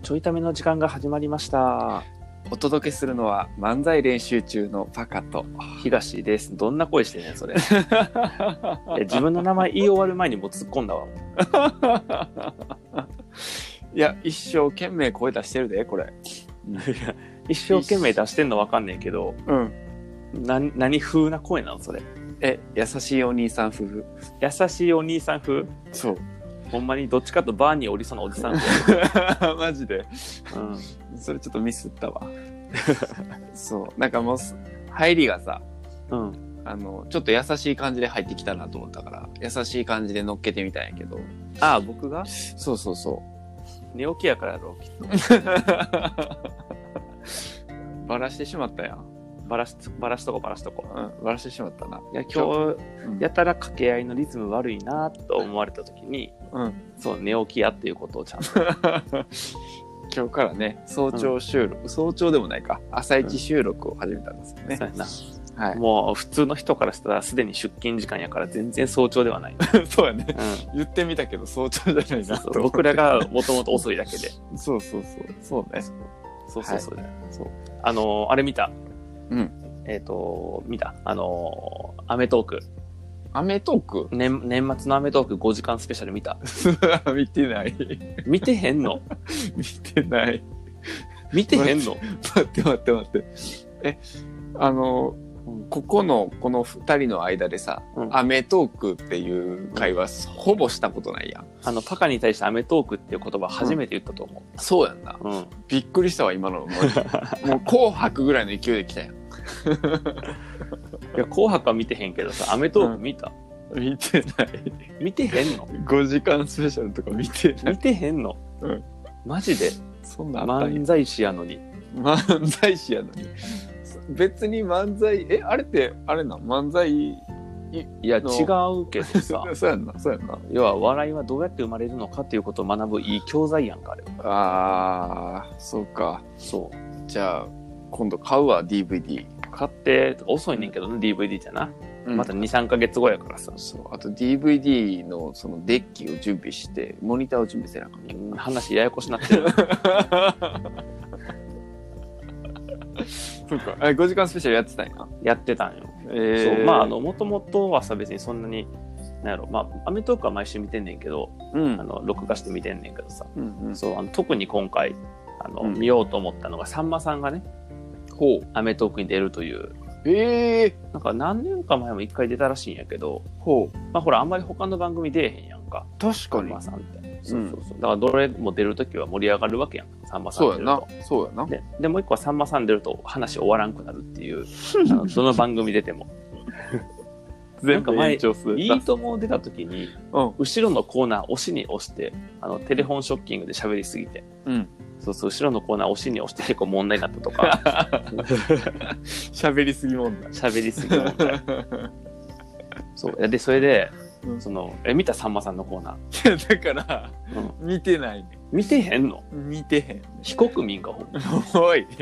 ちょいための時間が始まりました。 お届けするのは漫才練習中のパカと東です。どんな声してんねんそれ。自分の名前言い終わる前にもう突っ込んだわ。 いや一生懸命声出してるでこれ。 一生懸命出してんのわかんねんけど、何風な声なのそれ。 優しいお兄さん風。 優しいお兄さん風。 そう。 ほんまにどっちかとバーに降りそうなおじさんマジで、それちょっとミスったわ。そうなんかもう入りがさ、ちょっと優しい感じで入ってきたなと思ったから優しい感じで乗っけてみたんやけど。 ああ僕がそう寝起きやからやろうきっと。 バラしてしまったやん。 バラしとこ。 バラしてしまったな。 いや今日、やたら掛け合いのリズム悪いなと思われた時に、そう寝起きやっていうことをちゃんと今日からね早朝収録、早朝でもないか朝一収録を始めたんですよね。 そうやな、はい、もう普通の人からしたらすでに出勤時間やから全然早朝ではない。 そうやね、言ってみたけど早朝じゃないなと。 僕らがもともと遅いだけで。 そうね。 そうあれ見た。見たアメトーク。 アメトーク、 年末のアメトーク5時間スペシャル見た？ 見てない。 見てへんの？ 見てない。 見てへんの？ 待って。この2人の間でさ、アメトークっていう会話、ほぼしたことないやん。 パカに対してアメトークっていう言葉初めて言ったと思う。 そうやんな、びっくりしたわ今の。もう紅白ぐらいの勢いで来たやん。 いや紅白は見てへんけどさ、アメトーク見た？ 見てない。 見てへんの ？5時間スペシャルとか見てない。 見てへんの？マジで？ そんな漫才師やのに。 別に漫才あれってあれな漫才。 いや違うけどさ。 そうやんな。 要は笑いはどうやって生まれるのかっていうことを学ぶいい教材やんかあれは。そうか。 そう。 じゃあ今度買うわ DVD。 買って遅いねんけどね、DVD じゃな。また 2,3 ヶ月後やからさ。 そう。あと DVD のそのデッキを準備してモニターを準備せなあかん。 話ややこしなってる。 そうか。5時間スペシャルやってたんや。 やってたんよ。そうもともとはさ別にそんなになんやろ、アメトークは毎週見てんねんけど、録画して見てんねんけどさ、そう特に今回見ようと思ったのがさんまさんがね、アメトークに出るという。なんか何年か前も一回出たらしいんやけど、ほらあんまり他の番組出えへんやんか。 確かに。 さんまさんって。そうだからどれも出るときは盛り上がるわけやん。さんまさん出ると。 そうやな。 でもう一個はさんまさん出ると話終わらんくなるっていうどの番組出ても。全部延長する。いいとも出たときに、後ろのコーナー押しに押してテレフォンショッキングで喋りすぎて。そう後ろのコーナー押しに押して結構問題になったとか。 喋りすぎ問題。 そうでそれで、見たさんまさんのコーナー。だから、見てないね。 見てへんの？ 見てへん。 非国民かほんま。 おい。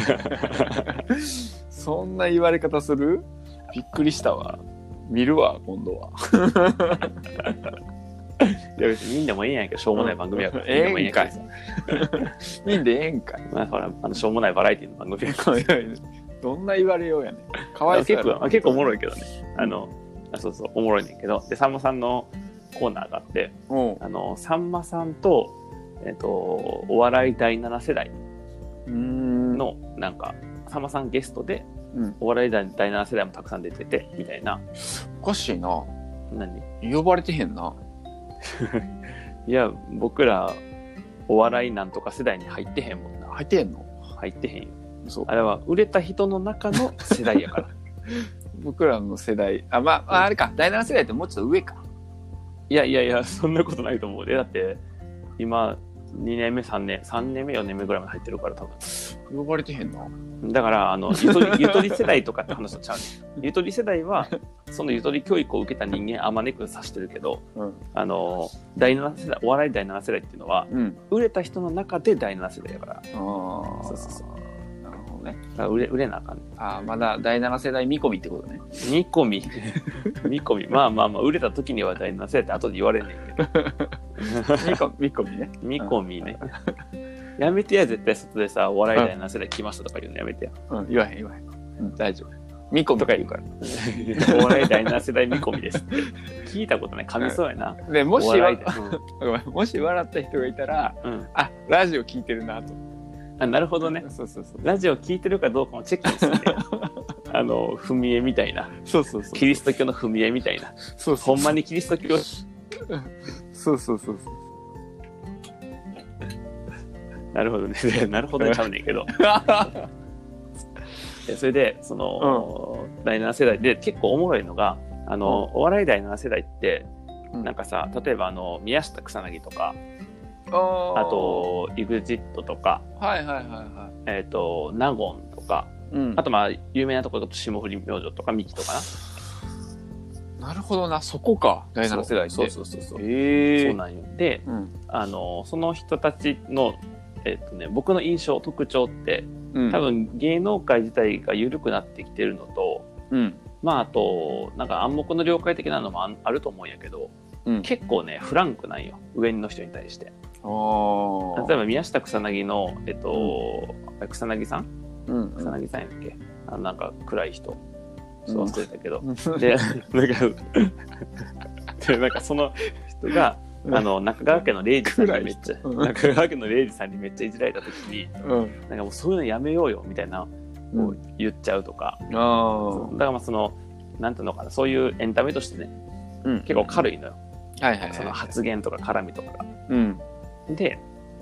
そんな言われ方する？びっくりしたわ。見るわ今度は。 いや別に見んでもええんやけどしょうもない番組やから。 ええんかい。見んでええんかい。 ほらしょうもないバラエティの番組やから。 どんな言われようやねん。かわいそうやろ。 結構おもろいけどね。そうおもろいねんけど、でさんまさんのコーナーがあって、さんまさんとお笑い第7世代のなんかさんまさんゲストで、お笑い第7世代もたくさん出ててみたいな。 おかしいな。 何？ 呼ばれてへんな。 いや僕らお笑いなんとか世代に入ってへんもんな。 入ってへんの？ 入ってへんよ。あれは売れた人の中の世代やから。 僕らの世代、あれか、第7世代ってもうちょっと上か。 いや、そんなことないと思うで。だって、今、2年目、3年目、4年目ぐらいまで入ってるから多分。 呼ばれてへんな。 だから、ゆとり世代とかって話とちゃうね。ゆとり世代は、そのゆとり教育を受けた人間、あまねく指してるけど、第7世代、お笑い第7世代っていうのは、売れた人の中で第7世代だから。そう。ね、売れなあかんね。 まだ第7世代見込みってことね。 見込みまあ売れた時には第7世代って後で言われんねんけど。 見込みね。 見込みね。 やめてや、絶対外でさ、お笑い第7世代来ましたとか言うのやめてや。 言わへん。大丈夫。見込みとか言うから。 お笑い第7世代見込みですって。聞いたことない。噛みそうやな。 で、もし笑った人がいたら、あ、ラジオ聞いてるなと。 あ、なるほどね。 そう。 ラジオ聞いてるかどうかもチェックですね。踏み絵みたいな。 そう。 キリスト教の踏み絵みたいな。 そう。 ほんまにキリスト教。 そう。 なるほどね。なるほどねちゃうねんけど。それで、第7世代で結構おもろいのが、お笑い第7世代って、なんかさ、例えば宮下草薙とか、あと、EXIT とか、納言とか、あと有名なところだと霜降り明星とかミキとかな。なるほどな、そこか、第7世代って。 そう。そうなんよ。で、その人たちの、僕の印象、特徴って、多分芸能界自体が緩くなってきてるのと、あとなんか暗黙の了解的なのもあると思うんやけど、結構ねフランクなんよ、上の人に対して。例えば宮下草薙の草薙さん、草薙さんやっけ、なんか暗い人忘れたけど、でなんかその人が中川家の礼二さんにめっちゃ中川家の礼二さんにめっちゃいじられた時に、なんかもうそういうのやめようよみたいなを言っちゃうとか、だからなんていうのかな、そういうエンタメとしてね、結構軽いのよ、その発言とか絡みとかが。で、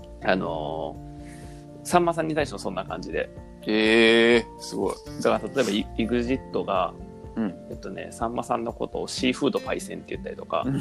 さんまさんに対してもそんな感じで、 すごい。 だから例えば EXIT がさんまさんのことをシーフードパイセンって言ったりとか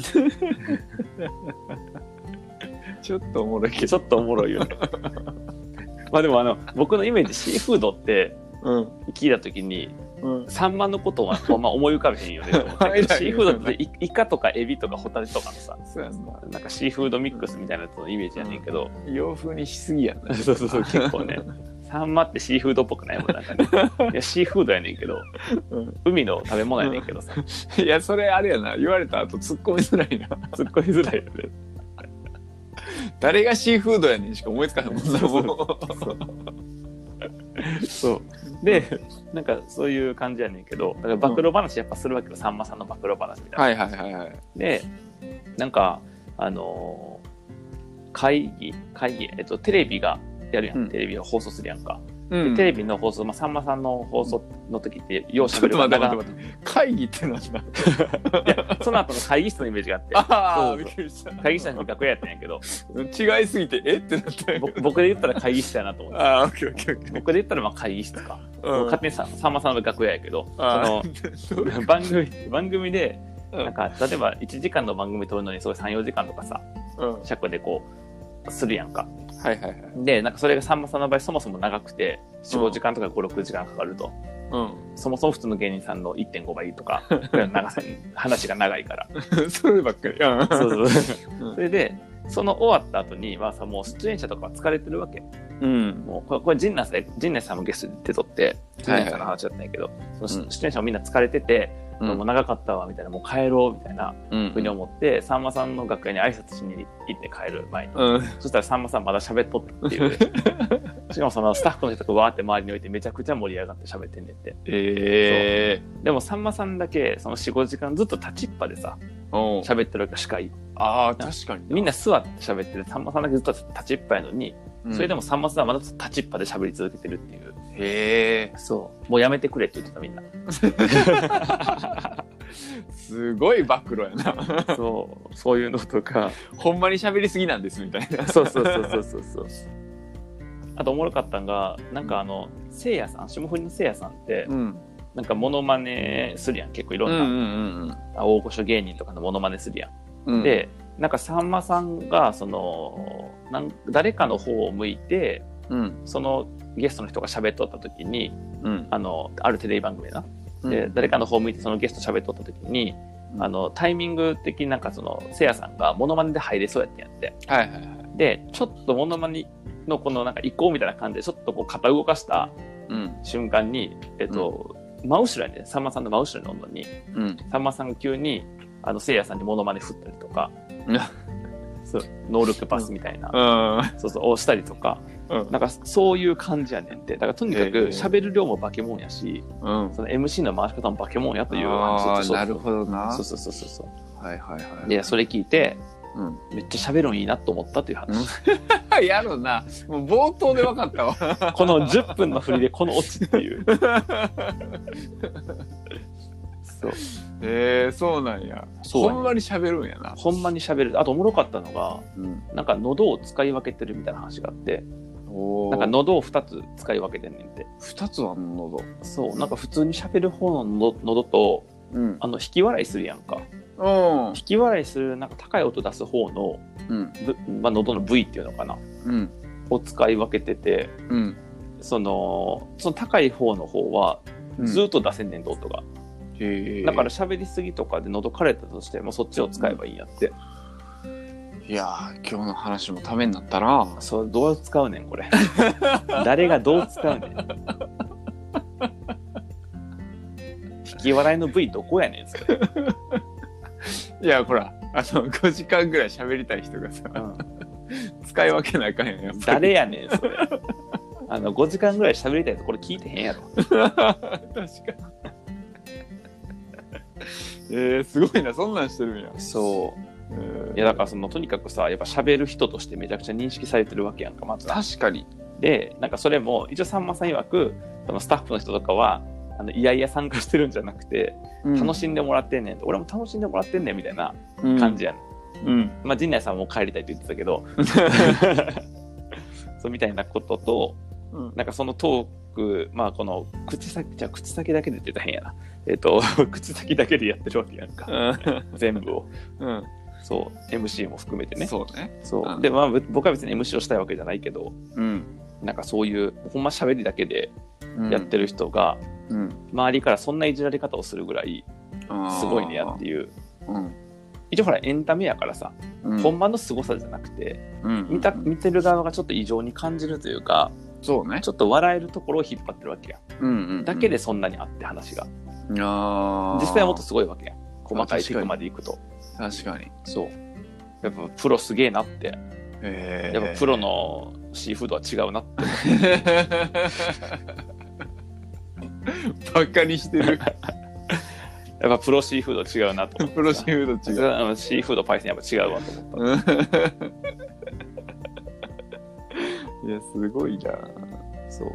ちょっとおもろいけど、 ちょっとおもろいよね。でも僕のイメージ、シーフードって聞いた時に、サンマのことは思い浮かべへんよねと思ったけどシーフードってイカとかエビとかホタテとかのさ、なんかシーフードミックスみたいなやつのイメージやねんけど、 洋風にしすぎやな。 そう結構ね、サンマってシーフードっぽくないもん、なんかね。いや、シーフードやねんけど、海の食べ物やねんけどさ。 いや、それあれやな、言われた後突っ込みづらいな。 突っ込みづらいよね。 誰がシーフードやねんしか思いつかないもんな。 そうで、なんかそういう感じやねんけど、だから暴露話やっぱするわけよ、さんまさんの暴露話みたいな。で、なんか会議、テレビがやるやん、テレビが放送するやんか。でテレビの放送、さんまさんの放送の時ってようしゃべるから。 会議ってなんだ。いや、その後の会議室のイメージがあって、びっくりした。会議室の楽屋やったんやけど、 違いすぎてってなった。 僕で言ったら会議室やなと思って。僕で言ったら会議室か。勝手にさんまさんの楽屋やけど、番組でなんか例えば1時間の番組撮るのにそれ3、4時間とかさ、尺でこうするやんか。で、なんかそれがさんまさんの場合そもそも長くて4、5時間とか5、6時間かかると。そもそも普通の芸人さんの 1.5 倍とか長さに話が長いから。 そればっかり。 それでその終わった後にもう出演者とかは疲れてるわけ。もうこれ陣内さんもゲストで出とって陣内さんの話だったんやけど、その出演者もみんな疲れてて、もう長かったわみたいな、もう帰ろうみたいなふうに思って、さんまさんの楽屋に挨拶しに行って帰る前に、そしたらさんまさんまだ喋っとったっていう。しかもそのスタッフの人がわーって周りに置いてめちゃくちゃ盛り上がって喋ってんねんって。でもさんまさんだけその 4,5 時間ずっと立ちっぱでさ喋ってるわけ、司会。 確かに。 みんな座って喋ってる、さんまさんだけずっと立ちっぱやのに、それでもさんまさんはまだ立ちっぱで喋り続けてるっていう。そうもうやめてくれって言ってたみんな。 すごい暴露やな。 そういうのとか、 ほんまに喋りすぎなんですみたいな。 そう。あとおもろかったんが、なんかせいやさん、霜降りのせいやさんって、なんかモノマネするやん、結構いろんな、大御所芸人とかのモノマネするやん。で、なんかさんまさんが誰かの方を向いて、そのゲストの人が喋っとった時に、あるテレビ番組な。で、誰かの方を向いてそのゲスト喋っとった時に、タイミング的になんかせいやさんがモノマネで入れそうやってやって。で、ちょっとモノマネのこのなんか移行みたいな感じでちょっとこう肩動かした瞬間に、真後ろにね、さんまさんの真後ろにおんのに、さんまさんが急にせいやさんにモノマネ振ったりとかそうノールックパスみたいな、そうそうをしたりとか、なんかそういう感じやねんって。だからとにかく喋る量も化け物やし、その MC の回し方も化け物やという。 なるほどな。 そうそうそうそう。 はいはいはい。 でそれ聞いて、めっちゃ喋るのいいなと思ったという話。 やろな。もう冒頭で分かったわ。 この10分の振りでこのオチっていう。そう。 そうなんや。ほんまに喋るんやな。 ほんまに喋る。あとおもろかったのが、なんか喉を使い分けてるみたいな話があって、なんか喉を2つ使い分けてんねんて。 2つは喉？そう。 なんか普通に喋る方の喉と、引き笑いするやんか。引き笑いするなんか高い音出す方の、喉の部位っていうのかな、を使い分けてて、その高い方の方はずっと出せんねん、音が。だから喋りすぎとかで喉枯れたとしてもそっちを使えばいいんやって。 いやー、今日の話もためになったな。 そう、どう使うねんこれ。誰がどう使うねん。引き笑いの部位どこやねんそれ。 いや、ほら、5時間ぐらい喋りたい人がさ、使い分けなあかんやん、やっぱり。 誰やねん、それ。5時間ぐらい喋りたいとこれ聞いてへんやろ。 確かに。すごいな、そんなんしてるんや。 そう。いや、だからとにかくさ、やっぱ喋る人としてめちゃくちゃ認識されてるわけやんか、まず。 確かに。 で、なんかそれも、一応さんまさん曰く、スタッフの人とかは、いやいや参加してるんじゃなくて、楽しんでもらってんねんと、俺も楽しんでもらってんねんみたいな感じやねん。まあ陣内さんも帰りたいと言ってたけどそうみたいなことと、なんかそのトーク、まあこの口先だけでって言ったら変やな、口先だけでやってるわけやんか、全部を、そう MC も含めてね。 そうね。 そうで、まあ僕は別に MC をしたいわけじゃないけど、なんかそういうほんま喋りだけでやってる人が、周りからそんないじられ方をするぐらいすごいねやっていう。一応ほらエンタメやからさ、ほんまの凄さじゃなくて、見てる側がちょっと異常に感じるというか、そうね、ちょっと笑えるところを引っ張ってるわけや、だけでそんなにあって話が、実際はもっとすごいわけや、細かいテクまでいくと。 確かに。 そう、やっぱプロすげえなって、やっぱプロのシーフードは違うなってバカにしてる。 やっぱプロシーフード違うなと思って。 プロシーフード違う。シーフードパイセンやっぱ違うわと思った。 いや、すごいな。そう。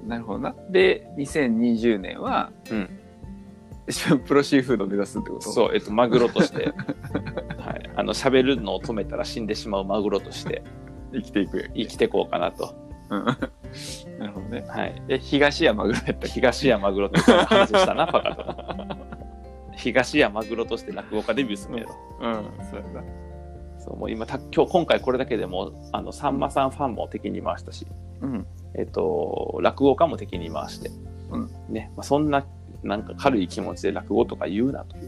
なるほどな。で、2020年は、プロシーフードを目指すってこと？ そう、マグロとして。はい。喋るのを止めたら死んでしまうマグロとして。 生きていこうかなと。 なるほどね。 はい。 東山マグロやったっけ？ 東山マグロって話したな、パカと。東山マグロとして落語家デビューするんやろ。 そうやな。 そう、もう今回これだけでもさんまさんファンも敵に回したし、落語家も敵に回して、ね、まあ、そんななんか軽い気持ちで落語とか言うなという。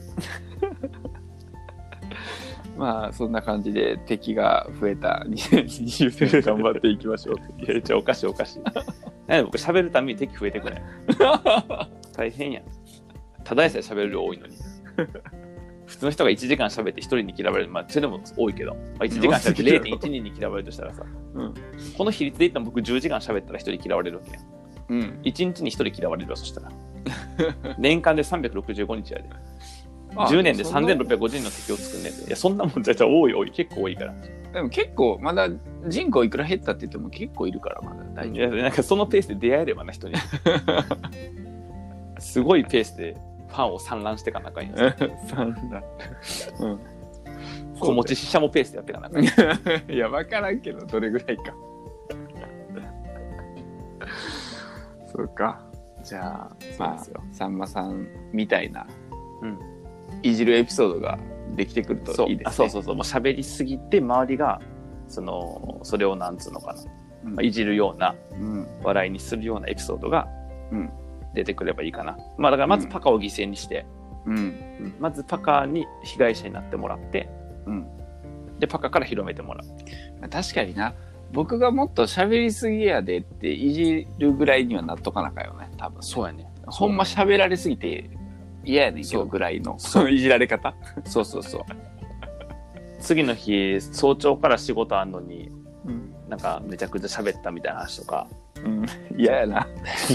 まあそんな感じで敵が増えた2020年頑張っていきましょう。 いや、おかしい。僕喋るために敵増えてくれ。大変やん。ただでさえ喋る量多いのに。普通の人が1時間喋って1人に嫌われる、まあそれでも多いけど、まあ、1時間喋って 0.1 人に嫌われるとしたらさ、この比率で言ったら僕10時間喋ったら1人嫌われるわけやん。1日に1人嫌われるわ、そしたら。年間で365日やで。10年で3650人の敵を作んねんで。いや、そんなもんじゃ多い、結構多いから。 でも結構、まだ人口いくら減ったって言っても結構いるから、まだ大丈夫。 いや、なんかそのペースで出会えればな、人に。すごいペースでファンを産卵してかなあかんやん。 産卵。 子持ちししゃもペースでやってかなあかん。 いや、わからんけど、どれぐらいか。そうか。じゃあ、まあ、さんまさんみたいな、いじるエピソードができてくるといいですね。 そう。もう喋りすぎて、周りが、それをなんつうのかな。いじるような、笑いにするようなエピソードが、出てくればいいかな。まあだからまずパカを犠牲にして、まずパカに被害者になってもらって、でパカから広めてもらう。 確かにな。僕がもっと喋りすぎやでっていじるぐらいにはなっとかなかよね。多分。 そうやね。 ほんま喋られすぎて嫌やねんけどぐらいのいじられ方。 そう。 次の日早朝から仕事あんのに、なんかめちゃくちゃ喋ったみたいな話とか、 嫌やな。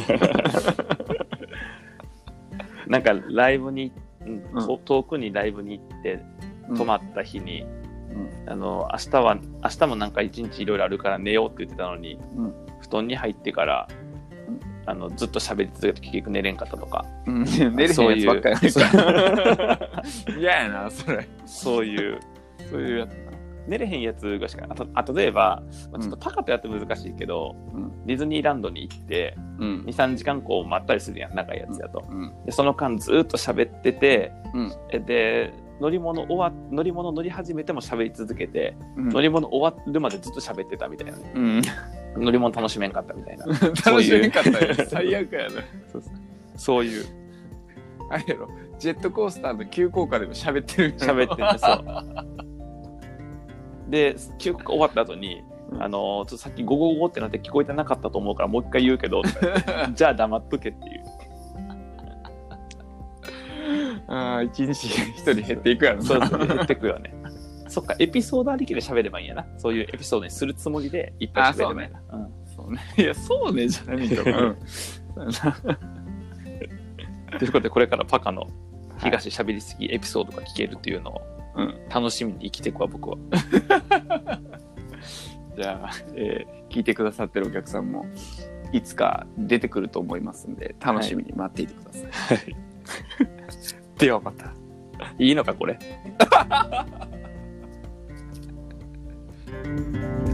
なんかライブに、遠くにライブに行って泊まった日に、明日もなんか一日いろいろあるから寝ようって言ってたのに、布団に入ってから、ずっと喋り続けて結局寝れんかったとか、 寝れへんやつばっかりやないか。嫌やなそれ。 そういうやつな。寝れへんやつがしか例えば、ちょっとパカとやって難しいけど、ディズニーランドに行って、2、3時間こう待ったりするやん、長いやつやと。でその間ずっと喋ってて、で乗り物乗り始めても喋り続けて、乗り物終わるまでずっと喋ってたみたいなね。乗り物楽しめんかったみたいな。 楽しめんかったよ。最悪やな。 そういう。 あれやろ、ジェットコースターの急降下でも喋ってる。 喋ってる、そう。で、急降下終わった後に、ちょっとさっきゴゴゴってなって聞こえてなかったと思うからもう一回言うけど、じゃあ黙っとけっていう。 一日一人減っていくやろな。 そう減っていくよね。そっか、エピソードありきで喋ればいいんやな。そういうエピソードにするつもりでいっぱい喋ればいいな。 そうね。いや、そうねじゃないけど。 ということで、これからパカの東喋りすぎエピソードが聞けるっていうのを楽しみに生きていくわ、僕は。 じゃあ、聞いてくださってるお客さんもいつか出てくると思いますんで、楽しみに待っていてください。はい、 ではまた。いいのか、これ。